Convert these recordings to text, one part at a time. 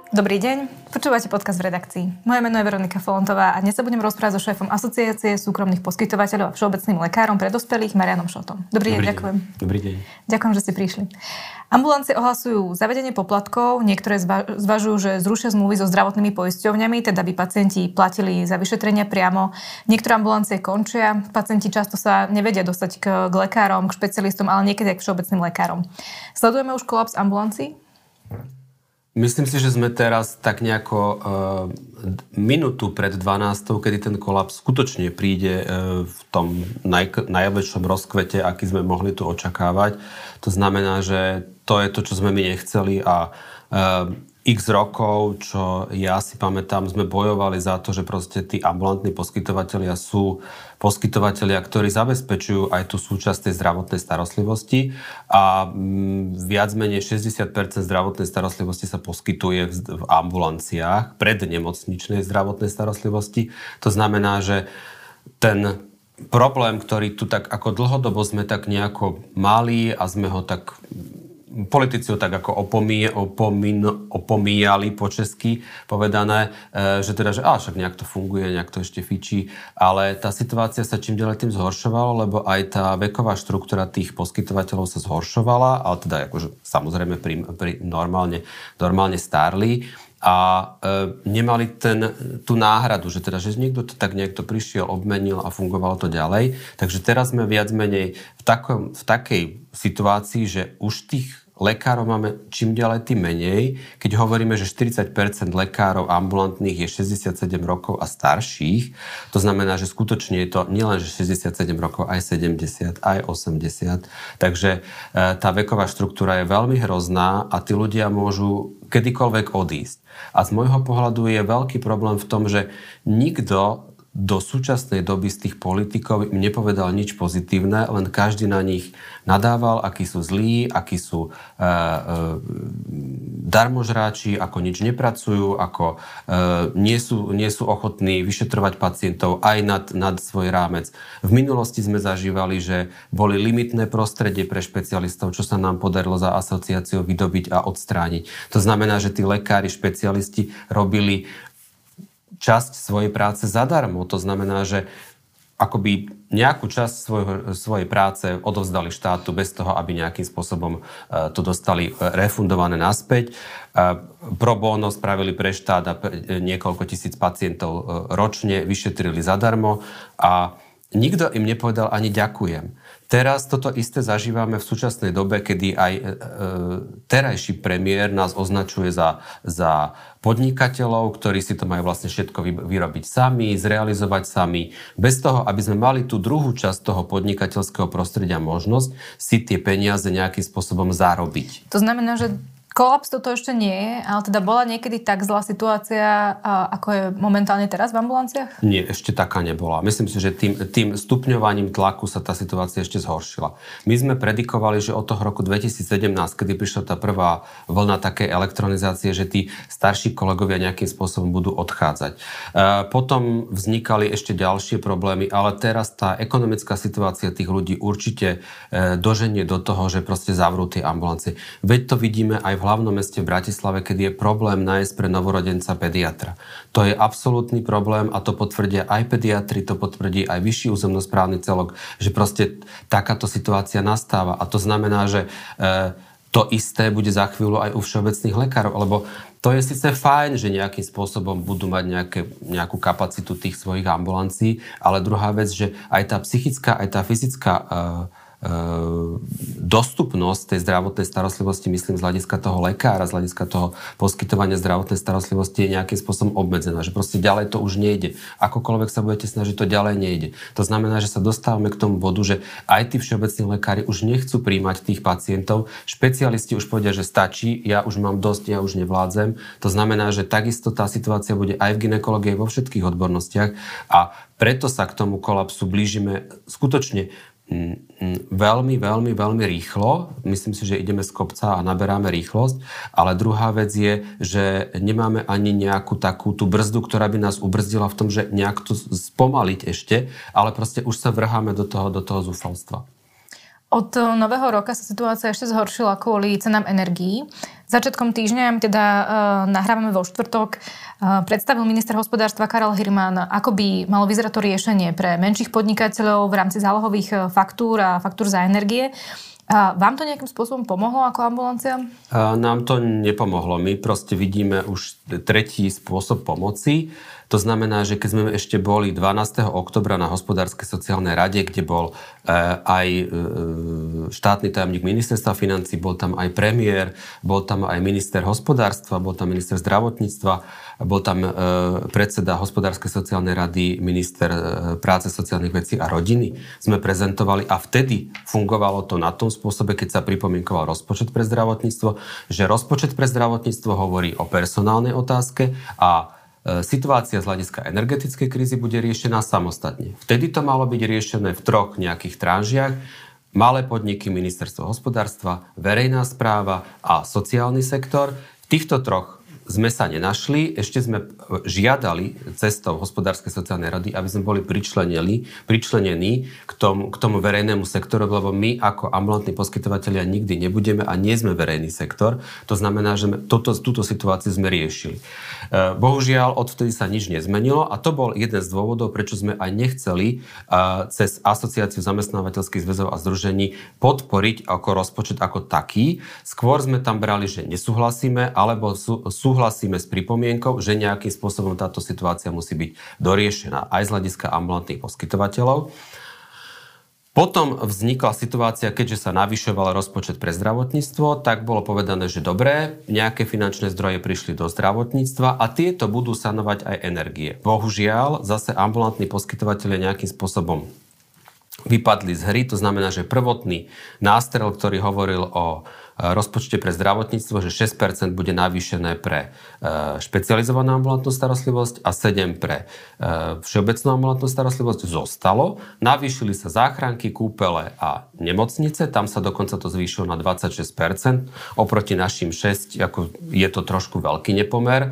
Dobrý deň, počúvate podcast v redakcii. Moje meno je Veronika Folontová a dnes sa budem rozprávať so šéfom Asociácie súkromných poskytovateľov a všeobecným lekárom pre dospelých Marianom Šotom. Dobrý deň, ďakujem. Dobrý deň. Ďakujem, že ste prišli. Ambulancie ohlasujú zavedenie poplatkov, niektoré zvažujú, že zrušia zmluvy so zdravotnými poisťovňami, teda by pacienti platili za vyšetrenia priamo. Niektoré ambulancie končia, pacienti často sa nevedia dostať k lekárom, k špecialistom, ale niekedy aj k všeobecným lekárom. Sledujeme už kolaps ambulancií? Myslím si, že sme teraz tak nejako minútu pred 12, kedy ten kolaps skutočne príde v tom najväčšom rozkvete, aký sme mohli tu očakávať. To znamená, že to je to, čo sme my nechceli a x rokov, čo ja si pamätám, sme bojovali za to, že proste tí ambulantní poskytovatelia sú poskytovatelia, ktorí zabezpečujú aj tú súčasť tej zdravotnej starostlivosti a viac menej 60% zdravotnej starostlivosti sa poskytuje v ambulanciách pred nemocničnej zdravotnej starostlivosti. To znamená, že ten problém, ktorý tu tak ako dlhodobo sme tak nejako mali a sme ho tak politici ho tak ako opomíjali po česky povedané, že teda, že však nejak to funguje, nejak to ešte fičí, ale tá situácia sa čím ďalej tým zhoršovala, lebo aj tá veková štruktúra tých poskytovateľov sa zhoršovala, ale teda akože samozrejme normálne stárli a nemali tú náhradu, že teda, že niekto to tak niekto prišiel, obmenil a fungovalo to ďalej. Takže teraz sme viac menej v takej situácii, že už tých lekárov máme čím ďalej tým menej. Keď hovoríme, že 40% lekárov ambulantných je 67 rokov a starších, to znamená, že skutočne je to nielen že 67 rokov, aj 70, aj 80. Takže tá veková štruktúra je veľmi hrozná a tí ľudia môžu kedykoľvek odísť. A z môjho pohľadu je veľký problém v tom, že nikto do súčasnej doby z tých politikov im nepovedal nič pozitívne, len každý na nich nadával, akí sú zlí, akí sú darmožráči, ako nič nepracujú, ako nie sú ochotní vyšetrovať pacientov aj nad svoj rámec. V minulosti sme zažívali, že boli limitné prostredie pre špecialistov, čo sa nám podarilo za asociáciu vydobiť a odstrániť. To znamená, že tí lekári, špecialisti robili časť svojej práce zadarmo. To znamená, že akoby nejakú časť svojej práce odovzdali štátu bez toho, aby nejakým spôsobom to dostali refundované naspäť. Pro bono spravili pre štát a niekoľko tisíc pacientov ročne vyšetrili zadarmo a nikto im nepovedal ani ďakujem. Teraz toto isté zažívame v súčasnej dobe, kedy aj terajší premiér nás označuje za podnikateľov, ktorí si to majú vlastne všetko vyrobiť sami, zrealizovať sami, bez toho, aby sme mali tú druhú časť toho podnikateľského prostredia možnosť si tie peniaze nejakým spôsobom zarobiť. To znamená, že kolaps toto ešte nie je, ale teda bola niekedy tak zlá situácia, ako je momentálne teraz v ambulanciách? Nie, ešte taká nebola. Myslím si, že tým stupňovaním tlaku sa tá situácia ešte zhoršila. My sme predikovali, že od toho roku 2017, kedy prišla tá prvá vlna takej elektronizácie, že tí starší kolegovia nejakým spôsobom budú odchádzať. Potom vznikali ešte ďalšie problémy, ale teraz tá ekonomická situácia tých ľudí určite doženie do toho, že proste zavrú tie ambulancie. Veď to vidíme aj v hlavnom meste v Bratislave, keď je problém nájsť pre novorodenca pediatra. To je absolútny problém a to potvrdia aj pediatri, to potvrdí aj vyšší územnosprávny celok, že proste takáto situácia nastáva. A to znamená, že to isté bude za chvíľu aj u všeobecných lekárov, lebo to je síce fajn, že nejakým spôsobom budú mať nejakú kapacitu tých svojich ambulancií, ale druhá vec, že aj tá psychická, aj tá fyzická dostupnosť tej zdravotnej starostlivosti, myslím z hľadiska toho lekára, z hľadiska toho poskytovania zdravotnej starostlivosti je nejakým spôsobom obmedzená, že proste ďalej to už nejde. Akokoľvek sa budete snažiť, to ďalej nejde. To znamená, že sa dostávame k tomu bodu, že aj tí všeobecní lekári už nechcú príjmať tých pacientov, špecialisti už povedia, že stačí, ja už mám dosť, ja už nevládzem. To znamená, že takisto tá situácia bude aj v gynekológii, vo všetkých odbornostiach a preto sa k tomu kolapsu blížime skutočne veľmi, veľmi, veľmi rýchlo. Myslím si, že ideme z kopca a naberáme rýchlosť. Ale druhá vec je, že nemáme ani nejakú takú tú brzdu, ktorá by nás ubrzdila v tom, že nejak to spomaliť ešte, ale proste už sa vrháme do toho zúfalstva. Od nového roka sa situácia ešte zhoršila kvôli cenám energií. Začiatkom týždňa, teda nahrávame vo štvrtok, predstavil minister hospodárstva Karel Hirman, ako by malo vyzerať to riešenie pre menších podnikateľov v rámci zálohových faktúr a faktúr za energie. Vám to nejakým spôsobom pomohlo ako ambulancia? Nám to nepomohlo. My proste vidíme už tretí spôsob pomoci. To znamená, že keď sme ešte boli 12. októbra na hospodárskej sociálnej rade, kde bol aj štátny tajomník ministerstva financií, bol tam aj premiér, bol tam aj minister hospodárstva, bol tam minister zdravotníctva, bol tam predseda hospodárskej sociálnej rady, minister práce, sociálnych vecí a rodiny. Sme prezentovali a vtedy fungovalo to na tom spôsobe, keď sa pripomienkoval rozpočet pre zdravotníctvo, že rozpočet pre zdravotníctvo hovorí o personálnej otázke a situácia z hľadiska energetickej krízy bude riešená samostatne. Vtedy to malo byť riešené v 3 nejakých tranžiach. Malé podniky, ministerstvo hospodárstva, verejná správa a sociálny sektor. V týchto 3 sme sa nenašli. Ešte sme žiadali cestou hospodárskej sociálnej rady, aby sme boli pričlenení k tomu verejnému sektoru, lebo my ako ambulantní poskytovatelia nikdy nebudeme a nie sme verejný sektor. To znamená, že túto situáciu sme riešili. Bohužiaľ, odvtedy sa nič nezmenilo a to bol jeden z dôvodov, prečo sme aj nechceli cez Asociáciu zamestnávateľských zväzov a združení podporiť ako rozpočet ako taký. Skôr sme tam brali, že nesúhlasíme, alebo súhlasíme s pripomienkou, že nejakým spôsobom táto situácia musí byť doriešená aj z hľadiska ambulantných poskytovateľov. Potom vznikla situácia, keďže sa navyšoval rozpočet pre zdravotníctvo, tak bolo povedané, že dobré, nejaké finančné zdroje prišli do zdravotníctva a tieto budú sanovať aj energie. Bohužiaľ, zase ambulantní poskytovatelia nejakým spôsobom vypadli z hry, to znamená, že prvotný nástrel, ktorý hovoril o rozpočte pre zdravotníctvo, že 6% bude navýšené pre špecializovanú ambulantnú starostlivosť a 7% pre všeobecnú ambulantnú starostlivosť zostalo. Navýšili sa záchranky, kúpele a nemocnice, tam sa dokonca to zvýšilo na 26%, oproti našim 6%, ako je to trošku veľký nepomer.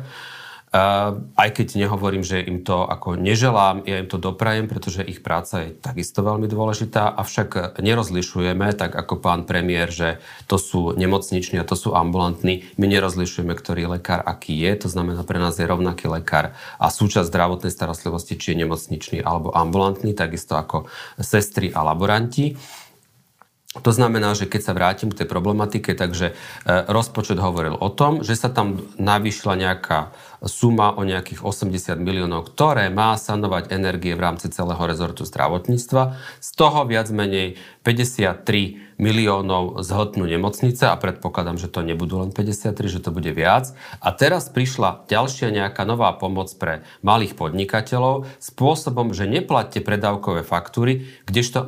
Aj keď nehovorím, že im to ako neželám, ja im to doprajem, pretože ich práca je takisto veľmi dôležitá, avšak nerozlišujeme, tak ako pán premiér, že to sú nemocniční a to sú ambulantní. My nerozlišujeme, ktorý lekár aký je, to znamená, pre nás je rovnaký lekár a súčasť zdravotnej starostlivosti, či je nemocničný alebo ambulantný, takisto ako sestry a laboranti. To znamená, že keď sa vrátim k tej problematike, takže rozpočet hovoril o tom, že sa tam navýšila nejaká suma o nejakých 80 miliónov, ktoré má sanovať energie v rámci celého rezortu zdravotníctva. Z toho viac menej 53 miliónov zhotnú nemocnice a predpokladám, že to nebudú len 53, že to bude viac. A teraz prišla ďalšia nejaká nová pomoc pre malých podnikateľov spôsobom, že neplatte predávkové faktúry, kdežto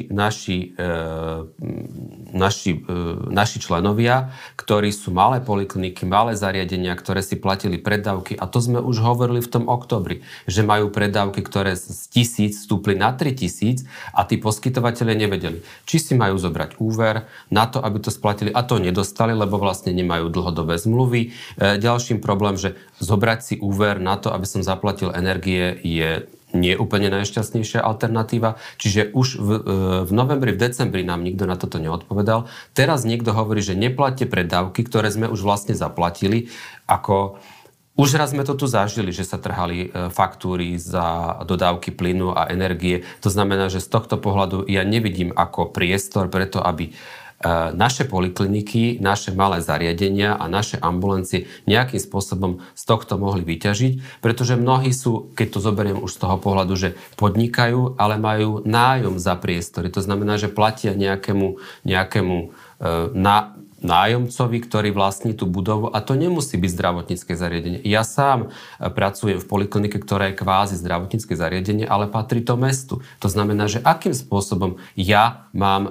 naši členovia, ktorí sú malé polikliniky, malé zariadenia, ktoré si platili predávky, a to sme už hovorili v tom októbri, že majú predávky, ktoré z 1000 vstúpli na 3000 a tí poskytovatelia nevedeli, či si majú zobrať úver na to, aby to splatili, a to nedostali, lebo vlastne nemajú dlhodobé zmluvy. Ďalším problém, že zobrať si úver na to, aby som zaplatil energie, je nie úplne najšťastnejšia alternatíva. Čiže už v novembri, v decembri nám nikto na toto neodpovedal. Teraz niekto hovorí, že neplatte predávky, ktoré sme už vlastne zaplatili, ako už raz sme to tu zažili, že sa trhali faktúry za dodávky plynu a energie. To znamená, že z tohto pohľadu ja nevidím ako priestor preto, aby naše polikliniky, naše malé zariadenia a naše ambulancie nejakým spôsobom z tohto mohli vyťažiť, pretože mnohí sú, keď to zoberiem už z toho pohľadu, že podnikajú, ale majú nájom za priestory. To znamená, že platia nejakému nájomcovi, ktorý vlastní tú budovu, a to nemusí byť zdravotnícke zariadenie. Ja sám pracujem v poliklinike, ktorá je kvázi zdravotnícke zariadenie, ale patrí to mestu. To znamená, že akým spôsobom ja mám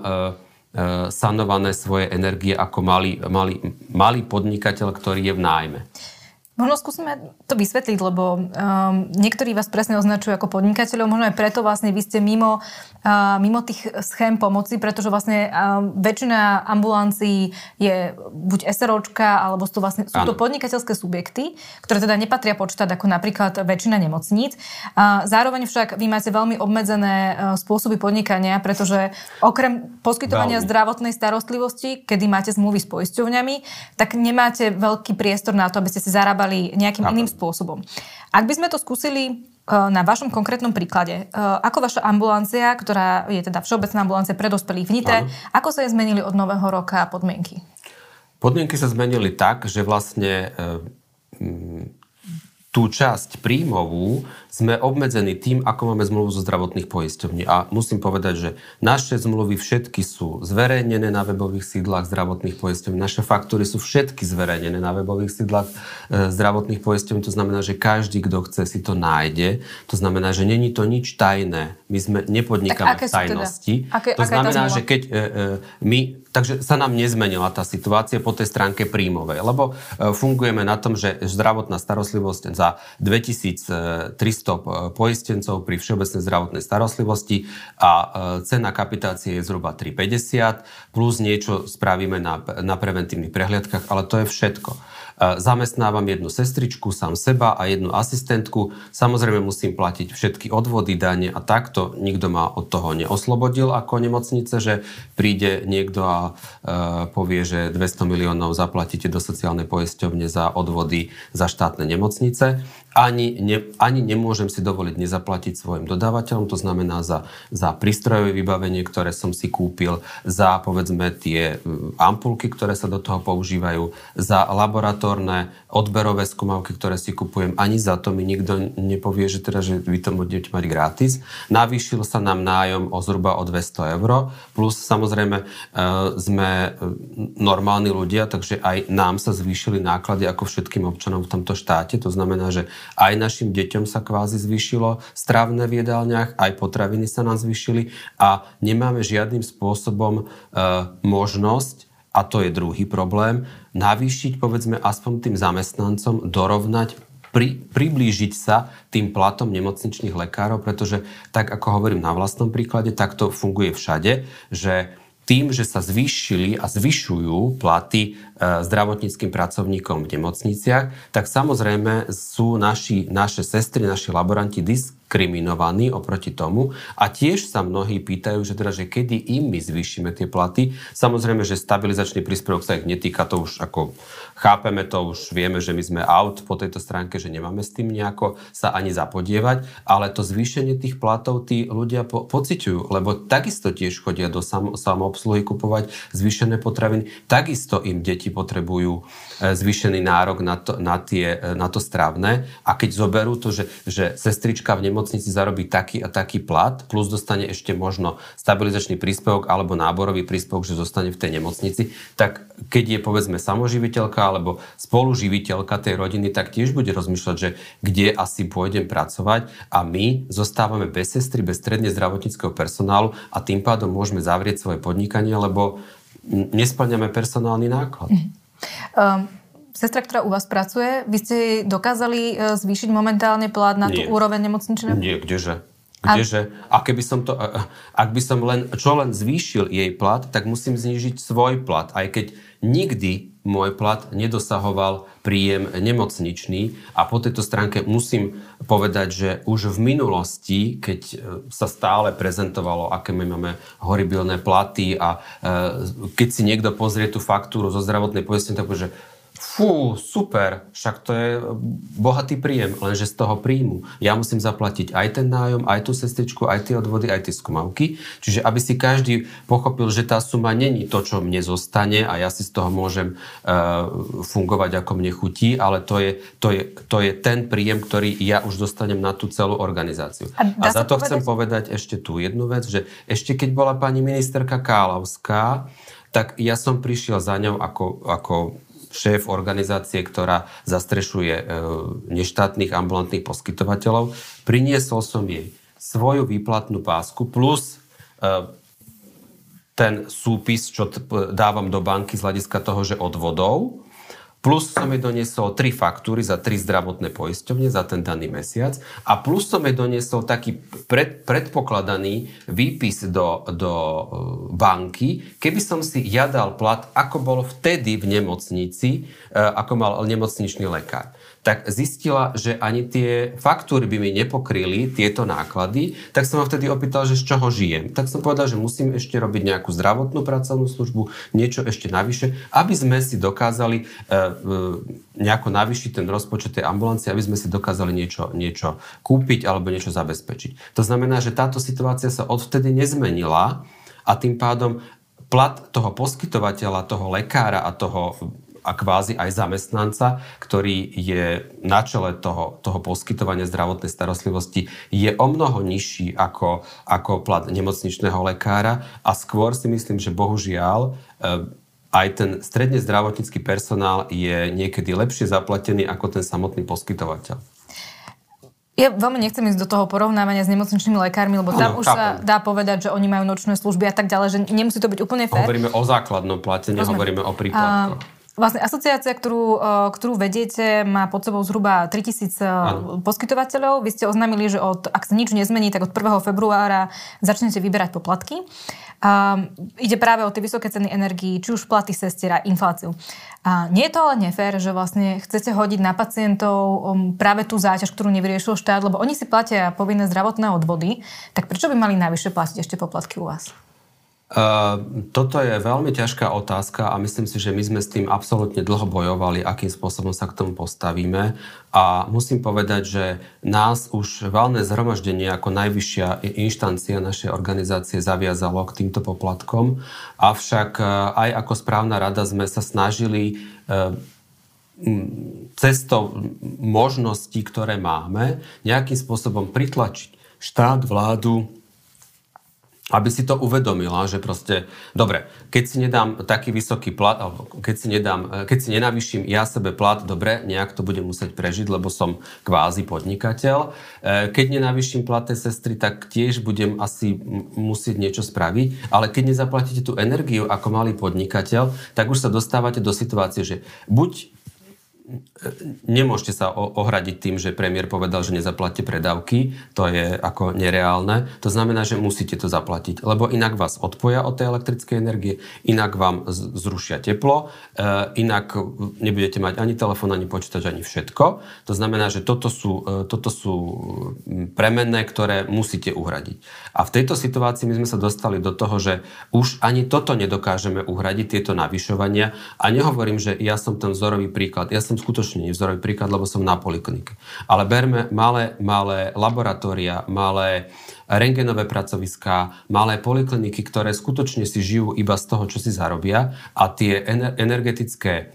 sanované svoje energie ako malý podnikateľ, ktorý je v nájme. Možno skúsime to vysvetliť, lebo niektorí vás presne označujú ako podnikateľov, možno aj preto vlastne vy ste mimo tých schém pomoci, pretože vlastne väčšina ambulancií je buď SROčka, alebo sú to podnikateľské subjekty, ktoré teda nepatria pod štát, ako napríklad väčšina nemocníc. Zároveň však vy máte veľmi obmedzené spôsoby podnikania, pretože okrem poskytovania zdravotnej starostlivosti, kedy máte zmluvy s poisťovňami, tak nemáte veľký priestor na to, aby ste si zarábali nejakým iným spôsobom. Ak by sme to skúsili na vašom konkrétnom príklade, ako vaša ambulancia, ktorá je teda všeobecná ambulancia pre dospelých v Nitre, ako sa jej zmenili od nového roka podmienky? Podmienky sa zmenili tak, že vlastne tú časť príjmovú sme obmedzení tým, ako máme zmluvu zo zdravotných poisťovní. A musím povedať, že naše zmluvy všetky sú zverejnené na webových sídlach zdravotných poisťovní. Naše faktúry sú všetky zverejnené na webových sídlach zdravotných poisťovní. To znamená, že každý, kto chce, si to nájde. To znamená, že není to nič tajné. My sme nepodnikáme v tajnosti. Teda? To znamená, že keď takže sa nám nezmenila tá situácia po tej stránke príjmovej, lebo fungujeme na tom, že zdravotná starostlivosť za 2300 poistencov pri všeobecnej zdravotnej starostlivosti a cena kapitácie je zhruba 3,50 plus niečo spravíme na preventívnych prehliadkach, ale to je všetko. Zamestnávam jednu sestričku, sám seba a jednu asistentku. Samozrejme musím platiť všetky odvody, dane a takto. Nikto ma od toho neoslobodil ako nemocnice, že príde niekto a povie, že 200 miliónov zaplatíte do sociálnej poisťovne za odvody za štátne nemocnice. Ani nemôžem si dovoliť nezaplatiť svojim dodávateľom, to znamená za prístrojové vybavenie, ktoré som si kúpil, za povedzme tie ampulky, ktoré sa do toho používajú, za laboratórne odberové skúmavky, ktoré si kupujem. Ani za to mi nikto nepovie, že vy to budete mať gratis. Navýšil sa nám nájom o zhruba o 200 €, plus samozrejme sme normálni ľudia, takže aj nám sa zvýšili náklady ako všetkým občanom v tomto štáte. To znamená, že aj našim deťom sa kvázi zvýšilo strávne v jedálniach, aj potraviny sa nám zvýšili a nemáme žiadnym spôsobom možnosť, a to je druhý problém, navýšiť povedzme aspoň tým zamestnancom, dorovnať, priblížiť sa tým platom nemocničných lekárov, pretože tak ako hovorím na vlastnom príklade, tak to funguje všade, že tým, že sa zvýšili a zvyšujú platy zdravotníckym pracovníkom v nemocniciach, tak samozrejme sú naše sestry, naši laboranti diskriminovaní oproti tomu a tiež sa mnohí pýtajú, že kedy im my zvýšime tie platy. Samozrejme, že stabilizačný príspevok sa ich netýka, to už ako chápeme, to už vieme, že my sme out po tejto stránke, že nemáme s tým nejako sa ani zapodievať, ale to zvýšenie tých platov tí ľudia pociťujú, lebo takisto tiež chodia do samoobsluhy kupovať zvýšené potraviny, takisto im deti potrebujú zvýšený nárok na to strávne a keď zoberú to, že sestrička v nemocnici zarobí taký a taký plat, plus dostane ešte možno stabilizačný príspevok alebo náborový príspevok, že zostane v tej nemocnici, tak keď je povedzme samoživiteľka alebo spoluživiteľka tej rodiny, tak tiež bude rozmýšľať, že kde asi pôjdem pracovať a my zostávame bez sestry, bez stredne zdravotníckeho personálu a tým pádom môžeme zavrieť svoje podnikanie, lebo nespĺňame personálny náklad. Sestra, ktorá u vás pracuje, vy ste jej dokázali zvýšiť momentálne plat na tú úroveň nemocničného? Nie, kdeže? A keby som to, ak by som len zvýšil jej plat, tak musím znížiť svoj plat. Aj keď nikdy môj plat nedosahoval príjem nemocničný a po tejto stránke musím povedať, že už v minulosti, keď sa stále prezentovalo, aké my máme horibilné platy a keď si niekto pozrie tú faktúru zo zdravotnej poistenie, tak povie, že fú, super, však to je bohatý príjem, lenže z toho príjmu ja musím zaplatiť aj ten nájom, aj tú sestričku, aj tie odvody, aj tie skúmavky. Čiže aby si každý pochopil, že tá suma není to, čo mne zostane a ja si z toho môžem fungovať ako mne chutí, ale to je ten príjem, ktorý ja už dostanem na tú celú organizáciu. A za to chcem povedať ešte tú jednu vec, že ešte keď bola pani ministerka Kálavská, tak ja som prišiel za ňou ako šéf organizácie, ktorá zastrešuje neštátnych ambulantných poskytovateľov. Priniesol som jej svoju výplatnú pásku plus ten súpis, čo dávam do banky z hľadiska toho, že odvodov, plus som jej doniesol 3 faktúry za 3 zdravotné poisťovne za ten daný mesiac a plus som jej doniesol taký predpokladaný výpis do banky, keby som si ja dal plat, ako bol vtedy v nemocnici, ako mal nemocničný lekár. Tak zistila, že ani tie faktúry by mi nepokryli tieto náklady, tak som ho vtedy opýtal, že z čoho žijem. Tak som povedal, že musím ešte robiť nejakú zdravotnú pracovnú službu, niečo ešte navyše, aby sme si dokázali nejako navýšiť ten rozpočet tej ambulancie, aby sme si dokázali niečo kúpiť alebo niečo zabezpečiť. To znamená, že táto situácia sa odvtedy nezmenila a tým pádom plat toho poskytovateľa, toho lekára a kvázi aj zamestnanca, ktorý je na čele toho poskytovania zdravotnej starostlivosti, je o mnoho nižší ako plat nemocničného lekára a skôr si myslím, že bohužiaľ aj ten stredne zdravotnícky personál je niekedy lepšie zaplatený ako ten samotný poskytovateľ. Ja veľmi nechcem ísť do toho porovnávania s nemocničnými lekármi, lebo tam už sa dá povedať, že oni majú nočné služby a tak ďalej, že nemusí to byť úplne fér. Hovoríme o základnom plate, nehovoríme o príplatkoch. Vlastne asociácia, ktorú vediete, má pod sebou zhruba 3000 poskytovateľov. Vy ste oznámili, že ak sa nič nezmení, tak od 1. februára začnete vyberať poplatky. Ide práve o tie vysoké ceny energií, či už platy sestier a infláciu. Nie je to ale nefér, že vlastne chcete hodiť na pacientov práve tú záťaž, ktorú nevyriešil štát, lebo oni si platia povinné zdravotné odvody, tak prečo by mali navyše platiť ešte poplatky u vás? Toto je veľmi ťažká otázka a myslím si, že my sme s tým absolútne dlho bojovali, akým spôsobom sa k tomu postavíme. A musím povedať, že nás už valné zhromaždenie ako najvyššia inštancia našej organizácie zaviazalo k týmto poplatkom. Avšak aj ako správna rada sme sa snažili cestou možností, ktoré máme, nejakým spôsobom pritlačiť štát, vládu, aby si to uvedomila, že proste, dobre, keď si nedám taký vysoký plat, alebo keď si nenavýšim ja sebe plat, dobre, nejak to budem musieť prežiť, lebo som kvázi podnikateľ. Keď nenavýšim plat tej sestry, tak tiež budem asi musieť niečo spraviť, ale keď nezaplatíte tú energiu ako malý podnikateľ, tak už sa dostávate do situácie, že buď nemôžete sa ohradiť tým, že premiér povedal, že nezaplatíte predávky. To je ako nereálne. To znamená, že musíte to zaplatiť, lebo inak vás odpoja od tej elektrickej energie, inak vám zrušia teplo, inak nebudete mať ani telefón, ani počítač, ani všetko. To znamená, že toto sú premenné, ktoré musíte uhradiť. A v tejto situácii my sme sa dostali do toho, že už ani toto nedokážeme uhradiť, tieto navyšovania. A nehovorím, že ja som ten vzorový príklad. Ja som skutočne nevzorový príklad, lebo som na poliklinike. Ale berme malé laboratória, malé rentgenové pracoviská, malé polikliniky, ktoré skutočne si žijú iba z toho, čo si zarobia a tie energetické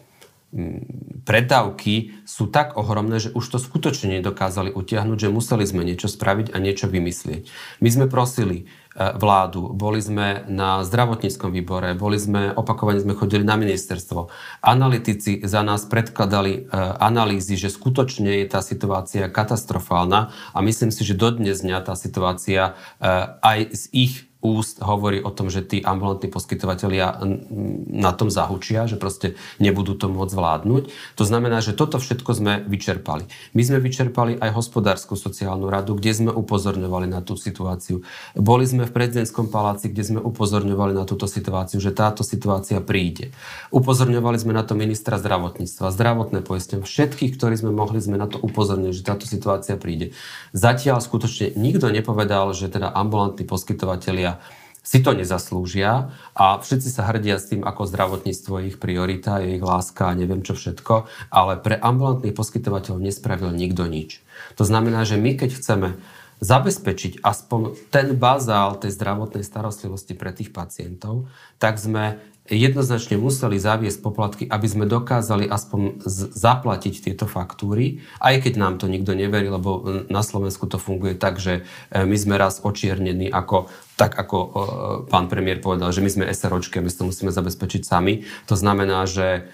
predávky sú tak ohromné, že už to skutočne nedokázali utiahnuť, že museli sme niečo spraviť a niečo vymyslieť. My sme prosili vládu, boli sme na zdravotníckom výbore, opakovane sme chodili na ministerstvo. Analytici za nás predkladali analýzy, že skutočne je tá situácia katastrofálna a myslím si, že dodnes dňa tá situácia aj z ich úst hovorí o tom, že tí ambulantní poskytovatelia na tom zahučia, že proste nebudú to môcť zvládnuť. To znamená, že toto všetko sme vyčerpali. My sme vyčerpali aj hospodárskú sociálnu radu, kde sme upozorňovali na tú situáciu. Boli sme v prezidentskom paláci, kde sme upozorňovali na túto situáciu, že táto situácia príde. Upozorňovali sme na to ministra zdravotníctva, zdravotné poisťovne, všetkých, ktorí sme mohli, sme na to upozornili, že táto situácia príde. Zatiaľ skutočne nikto nepovedal, že teda ambulantní poskytovatelia si to nezaslúžia a všetci sa hrdia s tým, ako zdravotníctvo je ich priorita, je ich láska a neviem čo všetko, ale pre ambulantných poskytovateľov nespravil nikto nič. To znamená, že my keď chceme zabezpečiť aspoň ten bazál tej zdravotnej starostlivosti pre tých pacientov, tak sme jednoznačne museli zaviesť poplatky, aby sme dokázali aspoň zaplatiť tieto faktúry, aj keď nám to nikto neverí, lebo na Slovensku to funguje tak, že my sme raz očiernení ako pán premiér povedal, že my sme SROčky a my to musíme zabezpečiť sami. To znamená, že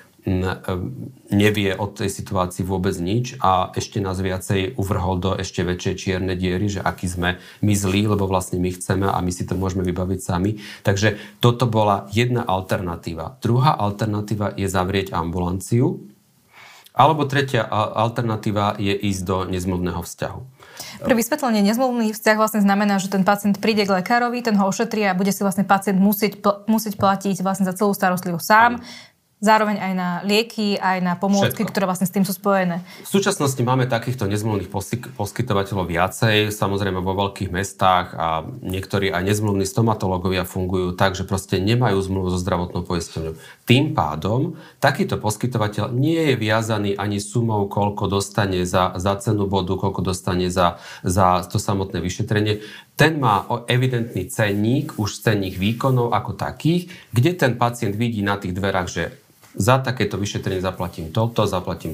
nevie o tej situácii vôbec nič a ešte nás viacej uvrhol do ešte väčšej čierne diery, že aký sme my zlí, lebo vlastne my chceme a my si to môžeme vybaviť sami. Takže toto bola jedna alternatíva. Druhá alternatíva je zavrieť ambulanciu Alebo tretia alternatíva je ísť do nezmluvného vzťahu. Pre vysvetlenie, nezmluvný vzťah vlastne znamená, že ten pacient príde k lekárovi, ten ho ošetrí a bude si vlastne pacient musieť platiť vlastne za celú starostlivosť sám. Zároveň aj na lieky, aj na pomôcky, ktoré vlastne s tým sú spojené. V súčasnosti máme takýchto nezmluvných poskytovateľov viacej, samozrejme vo veľkých mestách a niektorí aj nezmluvní stomatológovia fungujú tak, že proste nemajú zmluvu so zdravotnou poisťovňou. Tým pádom takýto poskytovateľ nie je viazaný ani sumou, koľko dostane za cenu bodu, koľko dostane za to samotné vyšetrenie. Ten má evidentný cenník, už cenník výkonov ako takých, kde ten pacient vidí na tých dverách, že za takéto vyšetrenie zaplatím toto,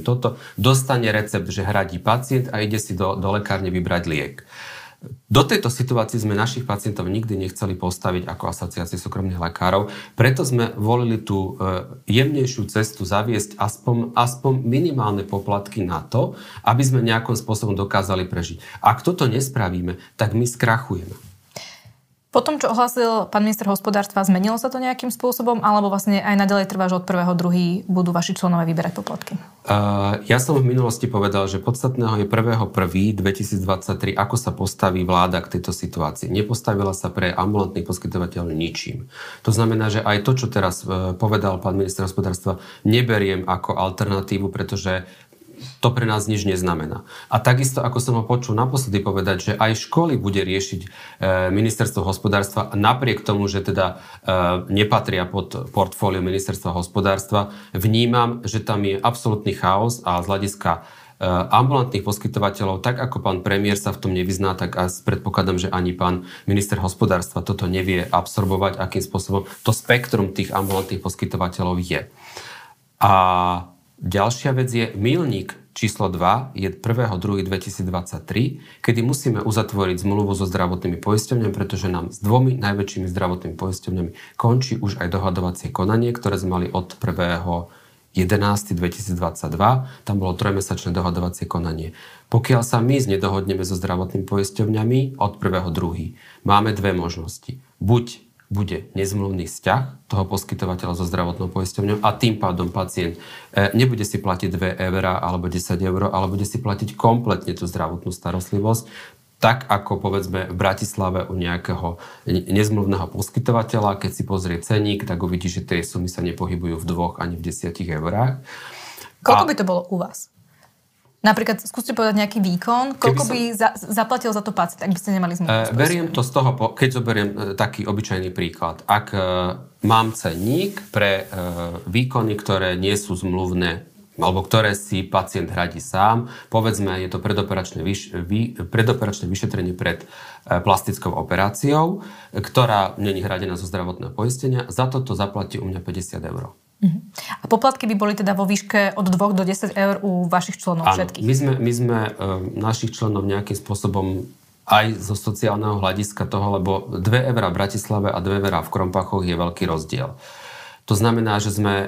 dostane recept, že hradí pacient a ide si do lekárne vybrať liek. Do tejto situácii sme našich pacientov nikdy nechceli postaviť ako asociácie súkromných lekárov, preto sme volili tú jemnejšiu cestu zaviesť aspoň minimálne poplatky na to, aby sme nejakým spôsobom dokázali prežiť. Ak toto nespravíme, tak my skrachujeme. Po tom, čo ohlásil pán minister hospodárstva, zmenilo sa to nejakým spôsobom, alebo vlastne aj naďalej trvá, že od 1.2. budú vaši členovia vyberať poplatky? Ja som v minulosti povedal, že podstatného je 1.1.2023, ako sa postaví vláda k tejto situácii. Nepostavila sa pre ambulantných poskytovateľov ničím. To znamená, že aj to, čo teraz povedal pán minister hospodárstva, neberiem ako alternatívu, pretože to pre nás nič neznamená. A takisto, ako som ho počul naposledy povedať, že aj školy bude riešiť ministerstvo hospodárstva, napriek tomu, že teda nepatria pod portfólio ministerstva hospodárstva, vnímam, že tam je absolútny chaos a z hľadiska ambulantných poskytovateľov, tak ako pán premiér sa v tom nevyzná, tak predpokladám, že ani pán minister hospodárstva toto nevie absorbovať, akým spôsobom to spektrum tých ambulantných poskytovateľov je. A ďalšia vec je milník číslo 2 je 1.2.2023, kedy musíme uzatvoriť zmluvu so zdravotnými poisťovňami, pretože nám s 2 najväčšími zdravotnými poisťovňami končí už aj dohadovacie konanie, ktoré sme mali od 1.11.2022. Tam bolo 3-mesačné dohadovacie konanie. Pokiaľ sa my nedohodneme so zdravotnými poisťovňami od 1.2. máme dve možnosti. Buď bude nezmluvný vzťah toho poskytovateľa so zdravotnou poisťovňou a tým pádom pacient nebude si platiť 2 € alebo 10 €, ale bude si platiť kompletne tú zdravotnú starostlivosť, tak ako povedzme v Bratislave u nejakého nezmluvného poskytovateľa. Keď si pozrie cenník, tak uvidí, že tie sumy sa nepohybujú v 2 ani v 10 €. Koľko by to bolo u vás? Napríklad, skúste povedať nejaký výkon, koľko by zaplatil za to pacient, ak by ste nemali zmluvu? Beriem to z toho, keď zoberiem taký obyčajný príklad. Ak mám cenník pre výkony, ktoré nie sú zmluvné, alebo ktoré si pacient hradí sám, povedzme, je to predoperačné vyšetrenie pred plastickou operáciou, ktorá nie je hradená zo zdravotného poistenia, za toto zaplatí u mňa 50 €. A poplatky by boli teda vo výške od 2 do 10 € u vašich členov všetkých? Áno, my sme našich členov nejakým spôsobom aj zo sociálneho hľadiska toho, lebo 2 € v Bratislave a 2 € v Krompachoch je veľký rozdiel. To znamená, že sme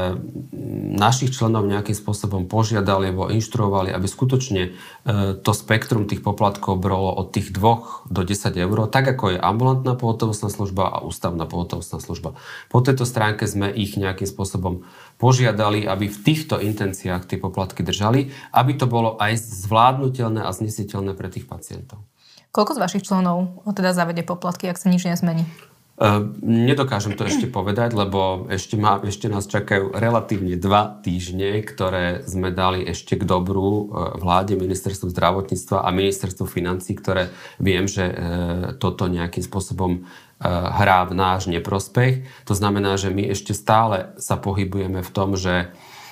našich členov nejakým spôsobom požiadali alebo inštruovali, aby skutočne to spektrum tých poplatkov bolo od tých 2 do 10 €, tak ako je ambulantná pohotovostná služba a ústavná pohotovostná služba. Po tejto stránke sme ich nejakým spôsobom požiadali, aby v týchto intenciách tie poplatky držali, aby to bolo aj zvládnutelné a znesiteľné pre tých pacientov. Koľko z vašich členov teda zavede poplatky, ak sa nič nezmení? Nedokážem to ešte povedať, lebo ešte nás čakajú relatívne 2 týždne, ktoré sme dali ešte k dobru vláde, ministerstvu zdravotníctva a ministerstvu financií, ktoré viem, že toto nejakým spôsobom hrá v náš neprospech. To znamená, že my ešte stále sa pohybujeme v tom, že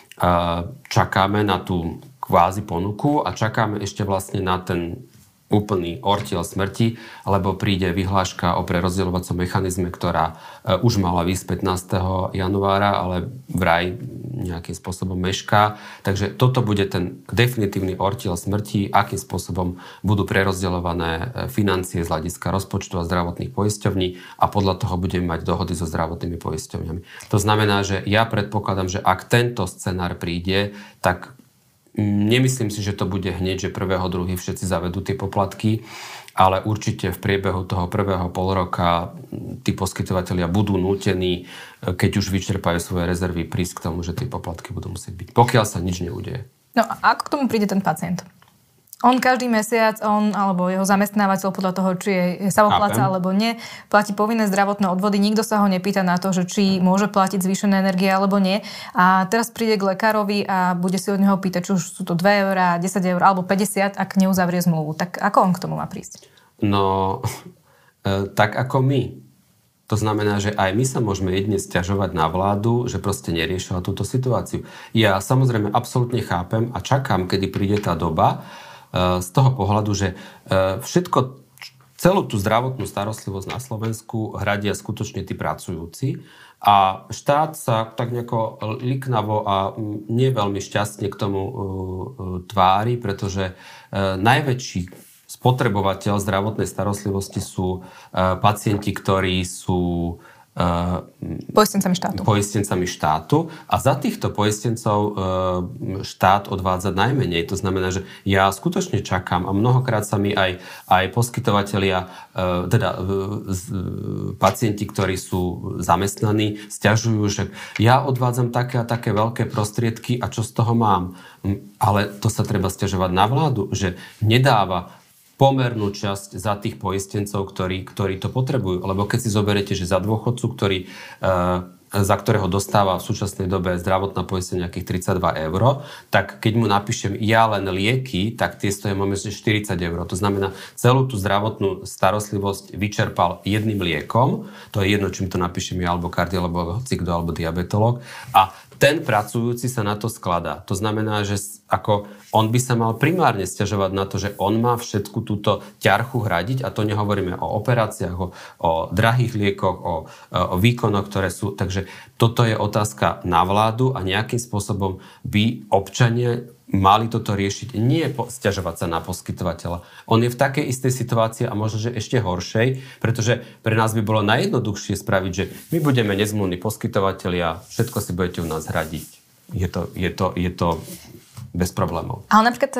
čakáme na tú kvázi ponuku a čakáme ešte vlastne na ten úplný ortiel smrti, lebo príde vyhláška o prerozdeľovacom mechanizme, ktorá už mala výsť 15. januára, ale vraj nejakým spôsobom mešká. Takže toto bude ten definitívny ortiel smrti, akým spôsobom budú prerozdeľované financie z hľadiska rozpočtu a zdravotných poisťovní a podľa toho budeme mať dohody so zdravotnými poisťovňami. To znamená, že ja predpokladám, že ak tento scenár príde, tak nemyslím si, že to bude hneď, že 1.2. všetci zavedú tie poplatky. ale určite v priebehu toho prvého pol roka tí poskytovatelia budú nútení, keď už vyčerpajú svoje rezervy, prísť k tomu, že tie poplatky budú musieť byť, pokiaľ sa nič neudeje. No a ako k tomu príde ten pacient? On každý mesiac, on alebo jeho zamestnávateľ podľa toho, či je samopláca alebo nie, platí povinné zdravotné odvody. Nikto sa ho nepýta na to, že či môže platiť zvýšené energie alebo nie. A teraz príde k lekárovi a bude si od neho pýtať, či už sú to 2 eurá, 10 eur alebo 50, ak neuzavrie zmluvu. Tak ako on k tomu má prísť? No, tak ako my. To znamená, že aj my sa môžeme jedne sťažovať na vládu, že proste neriešila túto situáciu. Ja samozrejme absolútne chápem a čakám, kedy príde tá doba, z toho pohľadu, že celú tú zdravotnú starostlivosť na Slovensku hradia skutočne tí pracujúci a štát sa tak nejako liknavo a nie veľmi šťastne k tomu tvári, pretože najväčší spotrebovateľ zdravotnej starostlivosti sú pacienti, ktorí sú poistencami štátu a za týchto poistencov štát odvádza najmenej. To znamená, že ja skutočne čakám a mnohokrát sa mi aj poskytovatelia, pacienti, ktorí sú zamestnaní, sťažujú, že ja odvádzam také a také veľké prostriedky a čo z toho mám? Ale to sa treba sťažovať na vládu, že nedáva pomernú časť za tých poistencov, ktorí to potrebujú. Lebo keď si zoberiete, že za dôchodcu, za ktorého dostáva v súčasnej dobe zdravotná poistenie nejakých 32 eur, tak keď mu napíšem ja len lieky, tak tie stojí momentne 40 eur. To znamená, celú tú zdravotnú starostlivosť vyčerpal jedným liekom, to je jedno, čím to napíšem ja, alebo kardiológ, hocikto, alebo diabetológ. A ten pracujúci sa na to skladá. To znamená, že ako on by sa mal primárne sťažovať na to, že on má všetku túto ťarchu hradiť a to nehovoríme o operáciách, o drahých liekoch, o výkonoch, ktoré sú. Takže toto je otázka na vládu a nejakým spôsobom by občania mali toto riešiť, nie sťažovať sa na poskytovateľa. On je v takej istej situácii a možno, že ešte horšej, pretože pre nás by bolo najjednoduchšie spraviť, že my budeme nezmluvní poskytovatelia, všetko si budete u nás hradiť. Je to bez problémov. Ale napríklad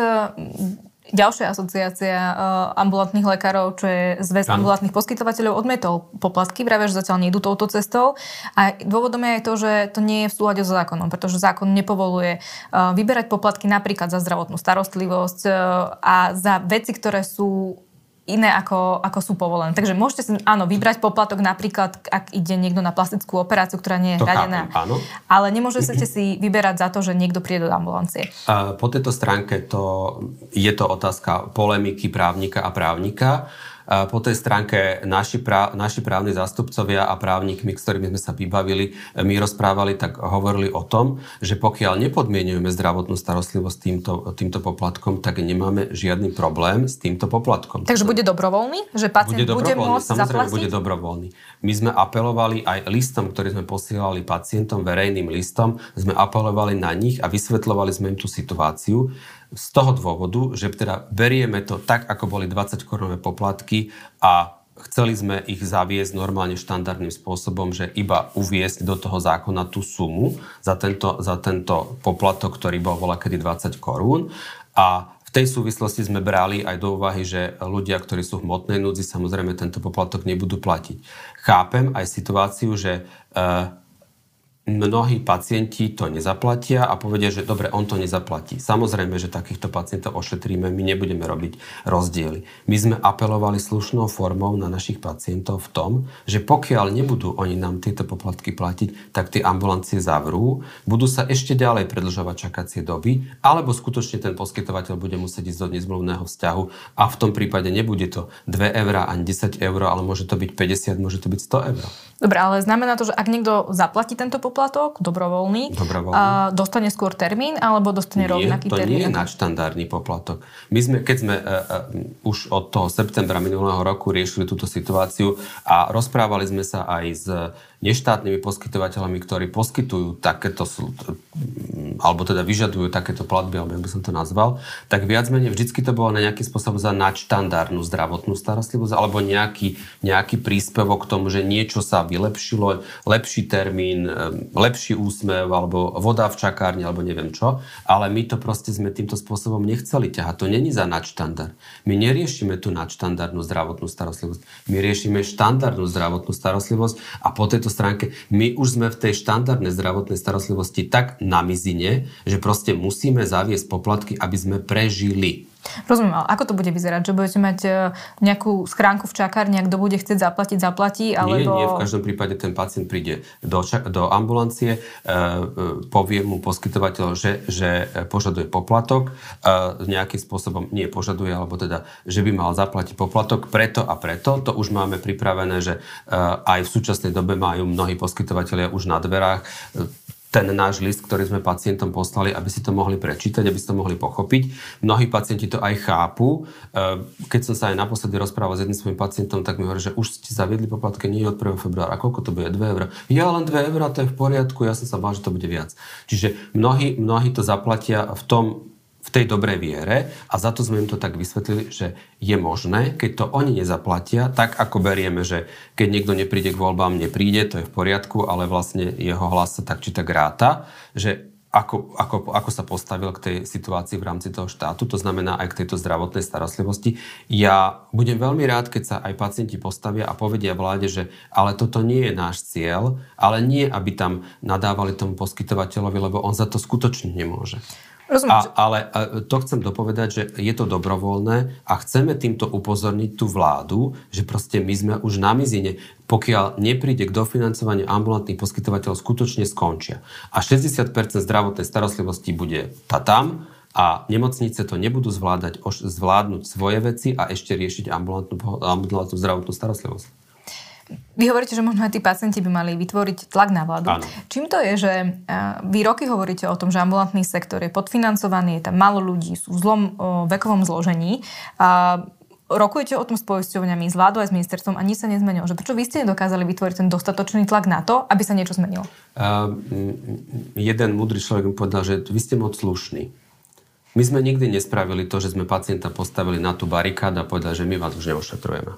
ďalšia asociácia ambulantných lekárov, čo je zväz ambulantných poskytovateľov, odmietol poplatky, vravia, že zatiaľ nejdú touto cestou. A dôvodom je aj to, že to nie je v súlade so zákonom, pretože zákon nepovoluje vyberať poplatky napríklad za zdravotnú starostlivosť a za veci, ktoré sú iné ako sú povolené. Takže môžete si, áno, vybrať poplatok napríklad, ak ide niekto na plastickú operáciu, ktorá nie je hradená. Ale nemôžete si vyberať za to, že niekto príde do ambulancie. Po tejto stránke je to otázka polemiky právnika a právnika. Po tej stránke naši právni zástupcovia a právnikmi, s ktorými sme sa vybavili, my rozprávali, tak hovorili o tom, že pokiaľ nepodmienujeme zdravotnú starostlivosť týmto poplatkom, tak nemáme žiadny problém s týmto poplatkom. Takže bude dobrovoľný? Že pacient bude môcť zaplatiť? Samozrejme, bude dobrovoľný. My sme apelovali aj listom, ktorý sme posielali pacientom, verejným listom, sme apelovali na nich a vysvetľovali sme im tú situáciu. Z toho dôvodu, že teda berieme to tak, ako boli 20-korunové poplatky a chceli sme ich zaviesť normálne štandardným spôsobom, že iba uviesť do toho zákona tú sumu za tento poplatok, ktorý bol voľakedy 20 korún. A v tej súvislosti sme brali aj do úvahy, že ľudia, ktorí sú v hmotnej núdzi, samozrejme tento poplatok nebudú platiť. Chápem aj situáciu, že mnohí pacienti to nezaplatia a povedia, že dobre, on to nezaplatí. Samozrejme, že takýchto pacientov ošetríme, my nebudeme robiť rozdiely. My sme apelovali slušnou formou na našich pacientov v tom, že pokiaľ nebudú oni nám tieto poplatky platiť, tak tie ambulancie zavrú, budú sa ešte ďalej predĺžovať čakacie doby, alebo skutočne ten poskytovateľ bude musieť ísť do nezmluvného vzťahu a v tom prípade nebude to 2 eurá ani 10 eur, ale môže to byť 50, môže to byť 100 eur. Dobre, ale znamená to, že ak niekto zaplatí tento poplatok, dobrovoľný. Dostane skôr termín, alebo dostane rovnaký termín? Nie, to nie je nadštandardný poplatok. Keď sme už od toho septembra minulého roku riešili túto situáciu a rozprávali sme sa aj s neštátnymi poskytovateľmi, ktorí poskytujú takéto alebo teda vyžadujú takéto platby, alebo jak by som to nazval, tak viac menej vždycky to bolo na nejaký spôsob za nadštandardnú zdravotnú starostlivosť, alebo nejaký príspevok k tomu, že niečo sa vylepšilo, lepší termín, lepší úsmev, alebo voda v čakárni, alebo neviem čo. Ale my to proste sme týmto spôsobom nechceli ťahať. To není za nadštandard. My neriešime tú nadštandardnú zdravotnú starostlivosť. My riešime štandardnú zdravotnú starostlivosť a po tejto stránke my už sme v tej štandardnej zdravotnej starostlivosti tak na mizine, že proste musíme zaviesť poplatky, aby sme prežili. Rozumiem, ale ako to bude vyzerať? Že budete mať nejakú schránku v čakárni a kto bude chcieť zaplatiť, zaplatí? Alebo... Nie, v každom prípade ten pacient príde do ambulancie, povie mu poskytovateľ, že požaduje poplatok, nejakým spôsobom, nie požaduje, alebo teda, že by mal zaplatiť poplatok preto a preto. To už máme pripravené, že aj v súčasnej dobe majú mnohí poskytovatelia už na dverách ten náš list, ktorý sme pacientom poslali, aby si to mohli prečítať, aby si to mohli pochopiť. Mnohí pacienti to aj chápu. Keď som sa aj naposledy rozprával s jedným svojím pacientom, tak mi hovorí, že už ste zaviedli poplatky nie od 1. februára. A koľko to bude? 2 €. Ja len 2 €, to je v poriadku, ja som sa bál, že to bude viac. Čiže mnohí to zaplatia v tej dobrej viere a za to sme im to tak vysvetlili, že je možné, keď to oni nezaplatia, tak ako berieme, že keď niekto nepríde k voľbám, nepríde, to je v poriadku, ale vlastne jeho hlas sa tak či tak ráta, že ako sa postavil k tej situácii v rámci toho štátu, to znamená aj k tejto zdravotnej starostlivosti. Ja budem veľmi rád, keď sa aj pacienti postavia a povedia vláde, že ale toto nie je náš cieľ, ale nie, aby tam nadávali tomu poskytovateľovi, lebo on za to skutočne nemôže. Ale to chcem dopovedať, že je to dobrovoľné a chceme týmto upozorniť tú vládu, že proste my sme už na mizine. Pokiaľ nepríde k dofinancovaniu ambulantných poskytovateľov, skutočne skončia. A 60% zdravotnej starostlivosti bude tam a nemocnice to nebudú zvládnuť svoje veci a ešte riešiť ambulantnú zdravotnú starostlivosť. Vy hovoríte, že možno aj tí pacienti by mali vytvoriť tlak na vládu. Áno. Čím to je, že vy roky hovoríte o tom, že ambulantný sektor je podfinancovaný, je tam málo ľudí, sú v zlom vekovom zložení. Rokujete o tom s poisťovňami, s vládou aj s ministerstvom a nič sa nezmenilo. Že prečo vy ste nedokázali vytvoriť ten dostatočný tlak na to, aby sa niečo zmenilo? Jeden múdry človek mi povedal, že vy ste moc slušní. My sme nikdy nespravili to, že sme pacienta postavili na tú barikádu a povedali, že my vás už neošetrujeme.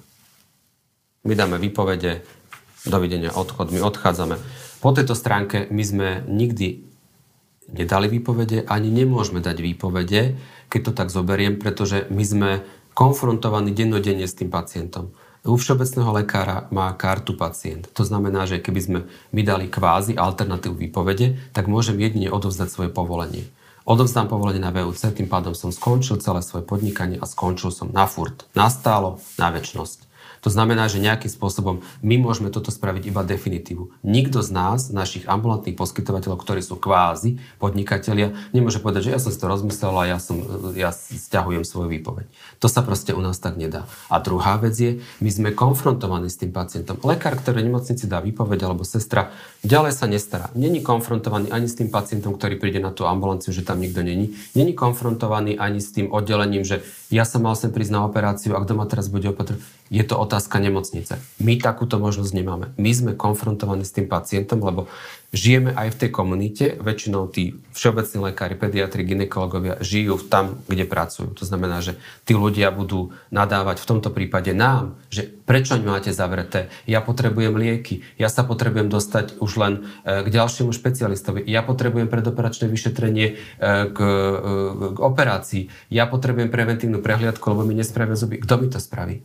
My dáme výpovede, dovidenia, odchod, my odchádzame. Po tejto stránke my sme nikdy nedali výpovede, ani nemôžeme dať výpovede, keď to tak zoberiem, pretože my sme konfrontovaní dennodenne s tým pacientom. U všeobecného lekára má kartu pacient. To znamená, že keby sme my dali kvázi alternatívu výpovede, tak môžem jedine odovzdať svoje povolenie. Odovzdám povolenie na VUC, tým pádom som skončil celé svoje podnikanie a skončil som na furt, nastálo, na večnosť. To znamená, že nejakým spôsobom my môžeme toto spraviť iba definitívu. Nikto z nás, našich ambulantných poskytovateľov, ktorí sú kvázi podnikatelia, nemôže povedať, že ja som si to rozmyslel a ja sťahujem svoju výpoveď. To sa proste u nás tak nedá. A druhá vec je, my sme konfrontovaní s tým pacientom. Lekár, ktorý v nemocnici dá výpoveď alebo sestra, ďalej sa nestará. Není konfrontovaný ani s tým pacientom, ktorý príde na tú ambulanciu, že tam nikto není. Není konfrontovaný ani s tým oddelením, že ja som mal sem prísť na operáciu a kto ma teraz bude opatrovať. Je to otázka nemocnice. My takúto možnosť nemáme. My sme konfrontovaní s tým pacientom, lebo žijeme aj v tej komunite. Väčšinou tí všeobecní lekári, pediatri, gynekológovia žijú tam, kde pracujú. To znamená, že tí ľudia budú nadávať v tomto prípade nám, že prečo máte zavreté? Ja potrebujem lieky. Ja sa potrebujem dostať už len k ďalšiemu špecialistovi. Ja potrebujem predoperačné vyšetrenie k operácii. Ja potrebujem preventívnu prehliadku, lebo mi nespravia zuby. Kto mi to spraví?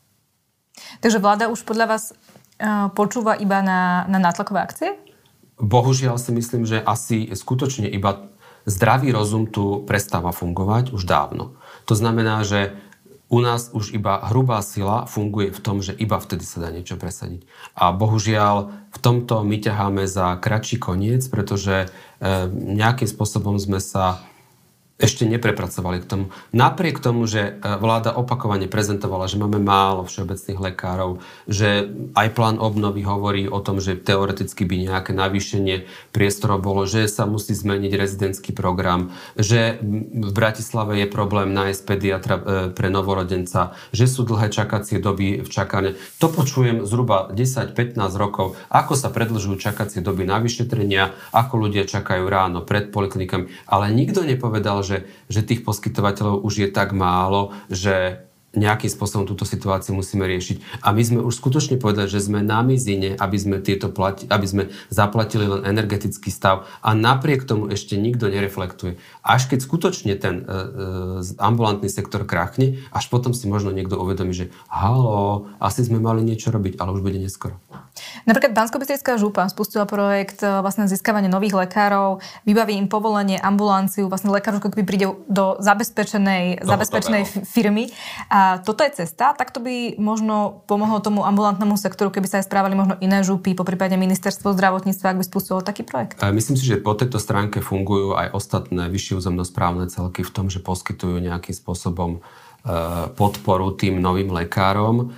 Takže vláda už podľa vás počúva iba na nátlakové akcie? Bohužiaľ si myslím, že asi skutočne iba zdravý rozum tu prestáva fungovať už dávno. To znamená, že u nás už iba hrubá sila funguje v tom, že iba vtedy sa dá niečo presadiť. A bohužiaľ v tomto my ťaháme za kratší koniec, pretože nejakým spôsobom sme sa ešte neprepracovali k tomu. Napriek tomu, že vláda opakovane prezentovala, že máme málo všeobecných lekárov, že aj plán obnovy hovorí o tom, že teoreticky by nejaké navýšenie priestorov bolo, že sa musí zmeniť rezidentský program, že v Bratislave je problém nájsť pediatra pre novorodenca, že sú dlhé čakacie doby v čakárne. To počujem zhruba 10-15 rokov, ako sa predĺžujú čakacie doby na vyšetrenia, ako ľudia čakajú ráno pred poliklinikami, ale nikto nepovedal, že tých poskytovateľov už je tak málo, že nejakým spôsobom túto situáciu musíme riešiť. A my sme už skutočne povedali, že sme na mizine, aby sme zaplatili len energetický stav a napriek tomu ešte nikto nereflektuje. Až keď skutočne ten ambulantný sektor krachne, až potom si možno niekto uvedomí, že haló, asi sme mali niečo robiť, ale už bude neskoro. Napríklad Banskobystrická župa spustila projekt vlastne získavania nových lekárov, vybaví im povolenie, ambulanciu, vlastne lekár ako keby príde do zabezpečenej firmy. A toto je cesta, tak to by možno pomohlo tomu ambulantnému sektoru, keby sa aj správali možno iné župy, poprípade ministerstvo zdravotníctva, ak by spustilo taký projekt. Myslím si, že po tejto stránke fungujú aj ostatné vyššie územnosprávne celky v tom, že poskytujú nejakým spôsobom podporu tým novým lekárom.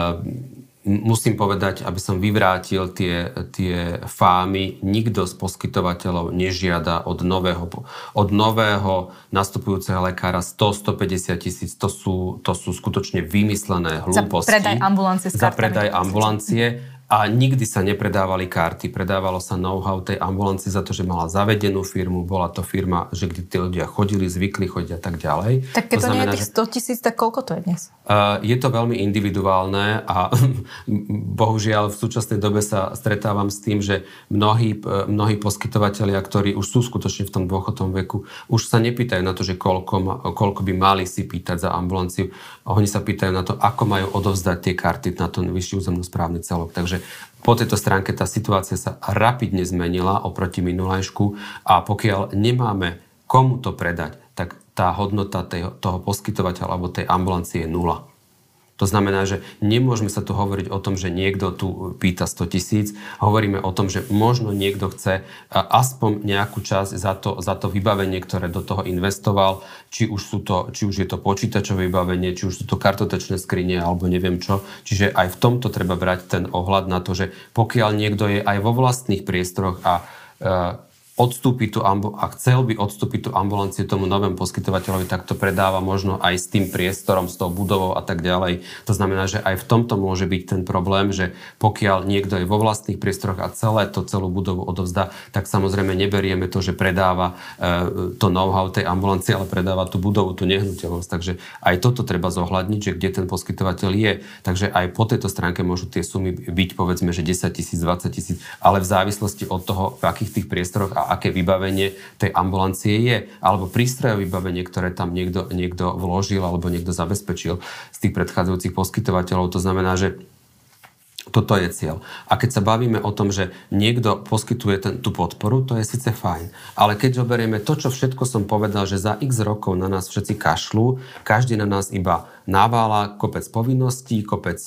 Musím povedať, aby som vyvrátil tie fámy, nikto z poskytovateľov nežiada od nového nastupujúceho lekára 100-150 tisíc. To sú skutočne vymyslené hlúposti. Za predaj ambulancie s kartami. Za predaj ambulancie. A nikdy sa nepredávali karty. Predávalo sa know-how tej ambulancii za to, že mala zavedenú firmu. Bola to firma, že kde tí ľudia chodili, zvykli chodiť a tak ďalej. Tak keď to nie je tých 100 tisíc, tak koľko to je dnes? Je to veľmi individuálne a bohužiaľ v súčasnej dobe sa stretávam s tým, že mnohí poskytovatelia, ktorí už sú skutočne v tom dôchodnom veku, už sa nepýtajú na to, že koľko by mali si pýtať za ambulanciu. Oni sa pýtajú na to, ako majú odovzdať tie karty na ten vyšší územnosprávny celok. Takže po tejto stránke tá situácia sa rapidne zmenila oproti minulajšku a pokiaľ nemáme komu to predať, tak tá hodnota toho poskytovateľa alebo tej ambulancie je nula. To znamená, že nemôžeme sa tu hovoriť o tom, že niekto tu pýta 100 tisíc. Hovoríme o tom, že možno niekto chce aspoň nejakú časť za to vybavenie, ktoré do toho investoval. Či už je to počítačové vybavenie, či už sú to kartotečné skrine alebo neviem čo. Čiže aj v tomto treba brať ten ohľad na to, že pokiaľ niekto je aj vo vlastných priestoroch a chcel by odstúpiť tú ambulanciu tomu novému poskytovateľovi, tak to predáva možno aj s tým priestorom, s tou budovou a tak ďalej. To znamená, že aj v tomto môže byť ten problém, že pokiaľ niekto je vo vlastných priestoroch a celú budovu odovzdá, tak samozrejme neberieme to, že predáva to know-how tej ambulancie, ale predáva tú budovu, tú nehnuteľnosť. Takže aj toto treba zohľadniť, že kde ten poskytovateľ je. Takže aj po tejto stránke môžu tie sumy byť, povedzme, že 10 tisíc, 20 tisíc, ale v závislosti od toho, v akých tých priestoroch a aké vybavenie tej ambulancie je, alebo prístrojové vybavenie, ktoré tam niekto vložil alebo niekto zabezpečil z tých predchádzajúcich poskytovateľov. To znamená, že toto je cieľ. A keď sa bavíme o tom, že niekto poskytuje tú podporu, to je síce fajn. Ale keď zoberieme to, čo všetko som povedal, že za x rokov na nás všetci kašľú, každý na nás iba navála kopec povinností, kopec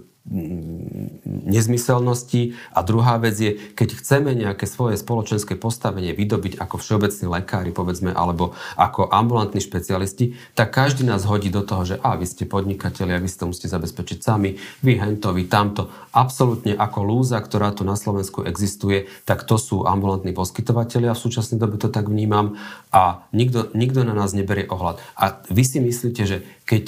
nezmyselnosti. A druhá vec je, keď chceme nejaké svoje spoločenské postavenie vydobiť ako všeobecní lekári, povedzme, alebo ako ambulantní špecialisti, tak každý nás hodí do toho, že vy ste podnikatelia, vy si to musíte zabezpečiť sami, vy hento, vy tamto. Absolútne ako lúza, ktorá tu na Slovensku existuje, tak to sú ambulantní poskytovatelia. V súčasnej dobe to tak vnímam a nikto na nás neberie ohľad. A vy si myslíte, že keď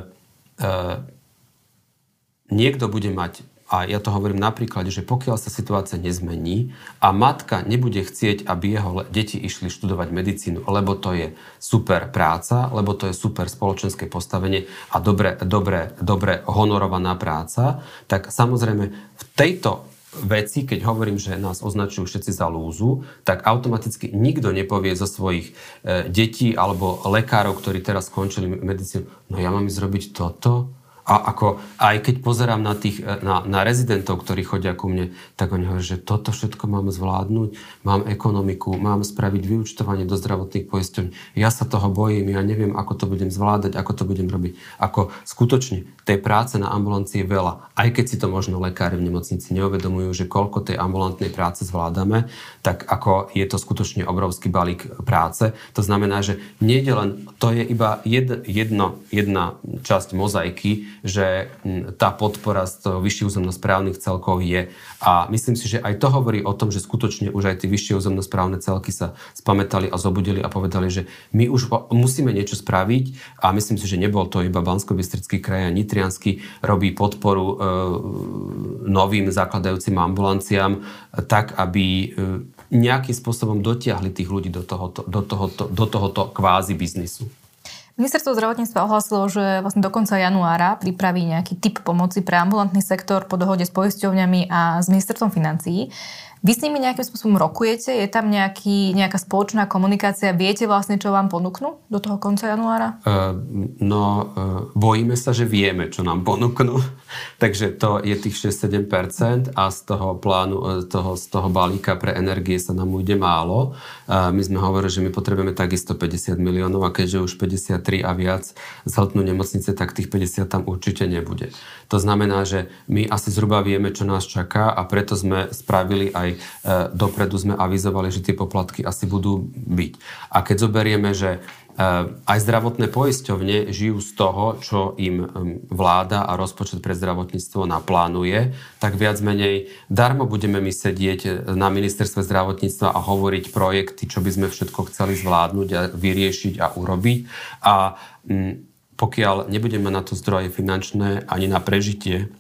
niekto bude mať, a ja to hovorím na príklade, že pokiaľ sa situácia nezmení a matka nebude chcieť, aby jeho deti išli študovať medicínu, lebo to je super práca, lebo to je super spoločenské postavenie a dobre honorovaná práca, tak samozrejme v tejto veci, keď hovorím, že nás označujú všetci za lúzu, tak automaticky nikto nepovie zo svojich detí alebo lekárov, ktorí teraz skončili medicínu, no ja mám ísť robiť toto. A ako, aj keď pozerám na rezidentov, ktorí chodia ku mne, tak oni hovoria, že toto všetko mám zvládnuť, mám ekonomiku, mám spraviť vyúčtovanie do zdravotných poisťovní. Ja sa toho bojím, ja neviem, ako to budem zvládať, ako to budem robiť. Ako skutočne tej práce na ambulancii je veľa. Aj keď si to možno lekári v nemocnici neuvedomujú, že koľko tej ambulantnej práce zvládame, tak ako je to skutočne obrovský balík práce. To znamená, že nie je len, to je iba jedna časť mozaiky, že tá podpora z toho vyšších územnosprávnych celkov je. A myslím si, že aj to hovorí o tom, že skutočne už aj tie vyššie územnosprávne celky sa spamätali a zobudili a povedali, že my už musíme niečo spraviť a myslím si, že nebol to iba Banskobystrický kraj a Nitriansky, robí podporu novým zakladajúcim ambulanciám tak, aby nejakým spôsobom dotiahli tých ľudí do tohoto kvázi biznisu. Ministerstvo zdravotníctva ohlásilo, že vlastne do konca januára pripraví nejaký typ pomoci pre ambulantný sektor po dohode s poisťovňami a s ministerstvom financií. Vy s nimi nejakým spôsobom rokujete? Je tam nejaká spoločná komunikácia? Viete vlastne, čo vám ponúknú do toho konca januára? Bojíme sa, že vieme, čo nám ponúknú. Takže to je tých 6-7% a z toho plánu, z toho balíka pre energie sa nám ujde málo. My sme hovorili, že my potrebujeme takisto 50 miliónov a keďže už 53 a viac zhltnú nemocnice, tak tých 50 tam určite nebude. To znamená, že my asi zhruba vieme, čo nás čaká a preto sme spravili aj dopredu sme avizovali, že tie poplatky asi budú byť. A keď zoberieme, že aj zdravotné poisťovne žijú z toho, čo im vláda a rozpočet pre zdravotníctvo naplánuje, tak viac menej darmo budeme my sedieť na ministerstve zdravotníctva a hovoriť projekty, čo by sme všetko chceli zvládnuť a vyriešiť a urobiť. A pokiaľ nebudeme na to zdroje finančné ani na prežitie,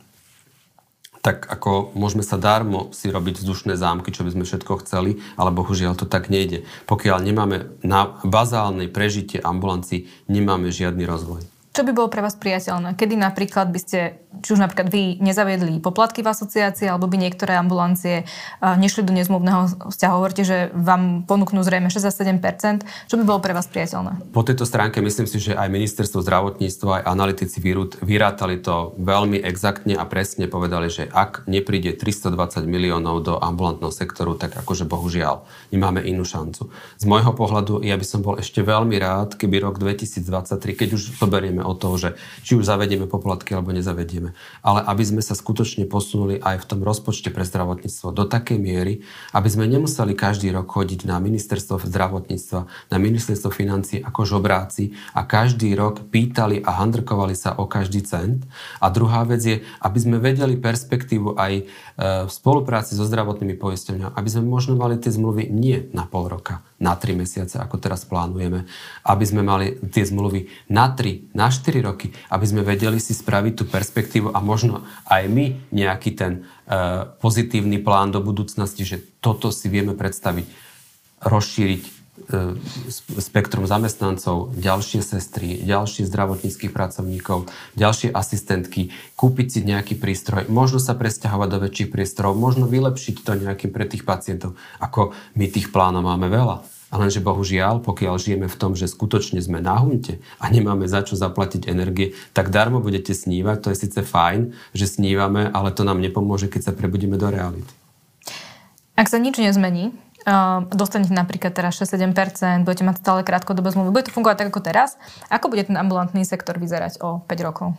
tak ako môžeme sa darmo si robiť vzdušné zámky, čo by sme všetko chceli, ale bohužiaľ to tak nejde. Pokiaľ nemáme na bazálnej prežitie ambulancii, nemáme žiadny rozvoj. Čo by bolo pre vás priateľné? Kedy napríklad by ste, či už napríklad vy nezaviedli poplatky v asociácii, alebo by niektoré ambulancie nešli do nezmluvného vzťahu? Hovoríte, že vám ponúknú zrejme 6-7%. Čo by bolo pre vás priateľné? Po tejto stránke myslím si, že aj ministerstvo zdravotníctva, aj analytici vyrátali to veľmi exaktne a presne povedali, že ak nepríde 320 miliónov do ambulantného sektoru, tak akože bohužiaľ nemáme inú šancu. Z môjho pohľadu ja by som bol ešte veľmi rád, keby rok 2023, keď už zoberieme o toho, že či už zavedieme poplatky alebo nezavedieme. Ale aby sme sa skutočne posunuli aj v tom rozpočte pre zdravotníctvo do takej miery, aby sme nemuseli každý rok chodiť na ministerstvo zdravotníctva, na ministerstvo financií ako žobráci a každý rok pýtali a handrkovali sa o každý cent. A druhá vec je, aby sme vedeli perspektívu aj v spolupráci so zdravotnými poisťovňami, aby sme možno mali tie zmluvy nie na pol roka, na 3 mesiace, ako teraz plánujeme, aby sme mali tie zmluvy na 3, na 4 roky, aby sme vedeli si spraviť tú perspektívu a možno aj my nejaký ten pozitívny plán do budúcnosti, že toto si vieme predstaviť, rozšíriť spektrum zamestnancov, ďalšie sestry, ďalších zdravotníckych pracovníkov, ďalšie asistentky, kúpiť si nejaký prístroj, možno sa presťahovať do väčších priestorov, možno vylepšiť to nejakým pre tých pacientov. Ako my tých plánov máme veľa. A lenže bohužiaľ, pokiaľ žijeme v tom, že skutočne sme na hunte a nemáme za čo zaplatiť energie, tak darmo budete snívať. To je síce fajn, že snívame, ale to nám nepomôže, keď sa prebudíme do reality. Ak sa nič nezmení, dostanete napríklad teraz 6-7%, budete mať stále krátkodobé zmluvy, bude to fungovať tak ako teraz. Ako bude ten ambulantný sektor vyzerať o 5 rokov?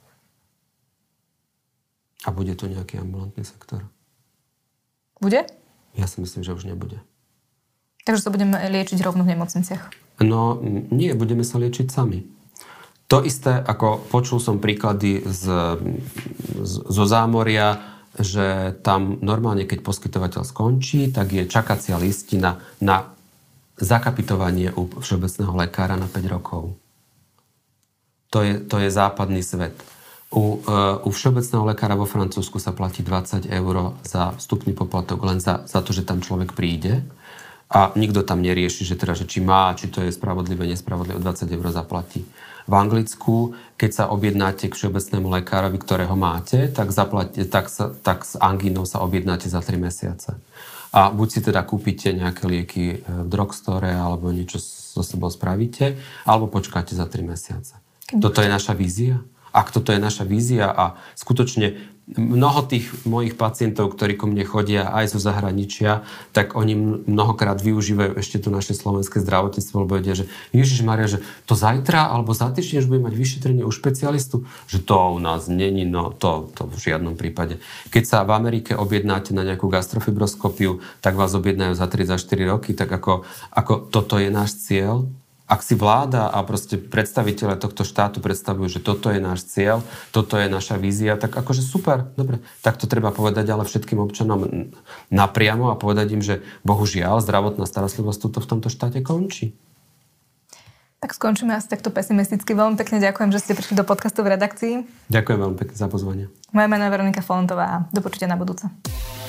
A bude to nejaký ambulantný sektor? Bude? Ja si myslím, že už nebude. Takže sa budeme liečiť rovno v nemocniciach? No nie, budeme sa liečiť sami. To isté, ako počul som príklady zo Zámoria, že tam normálne, keď poskytovateľ skončí, tak je čakacia listina na zakapitovanie u všeobecného lekára na 5 rokov. To je západný svet. U všeobecného lekára vo Francúzsku sa platí 20 € za vstupný poplatok len za to, že tam človek príde. A nikto tam nerieši, že či má, či to je spravodlivé, nespravodlivé, 20 € zaplatí. V Anglicku, keď sa objednáte k všeobecnému lekárovi, ktorého máte, tak s angínou sa objednáte za 3 mesiace. A buď si teda kúpite nejaké lieky v drugstore, alebo niečo so sebou spravíte, alebo počkáte za 3 mesiace. Toto je naša vízia. Ak toto je naša vízia a skutočne mnoho tých mojich pacientov, ktorí ku mne chodia aj zo zahraničia, tak oni mnohokrát využívajú ešte tu naše slovenské zdravotníctvo, lebo vedia, že Ježišmaria, že to zajtra alebo za týždeň už budem mať vyšetrenie u špecialistu, že to u nás není, no to v žiadnom prípade. Keď sa v Amerike objednáte na nejakú gastrofibroskopiu, tak vás objednajú za 3, za 4 roky, tak ako toto je náš cieľ. Ak si vláda a proste predstavitelia tohto štátu predstavujú, že toto je náš cieľ, toto je naša vízia, tak akože super, dobre. Tak to treba povedať ale všetkým občanom napriamo a povedať im, že bohužiaľ zdravotná starostlivosť tuto v tomto štáte končí. Tak skončíme asi takto pesimisticky. Veľmi pekne ďakujem, že ste prišli do podcastu v redakcii. Ďakujem veľmi pekne za pozvanie. Moje meno je Veronika Folontová a do počutia na budúce.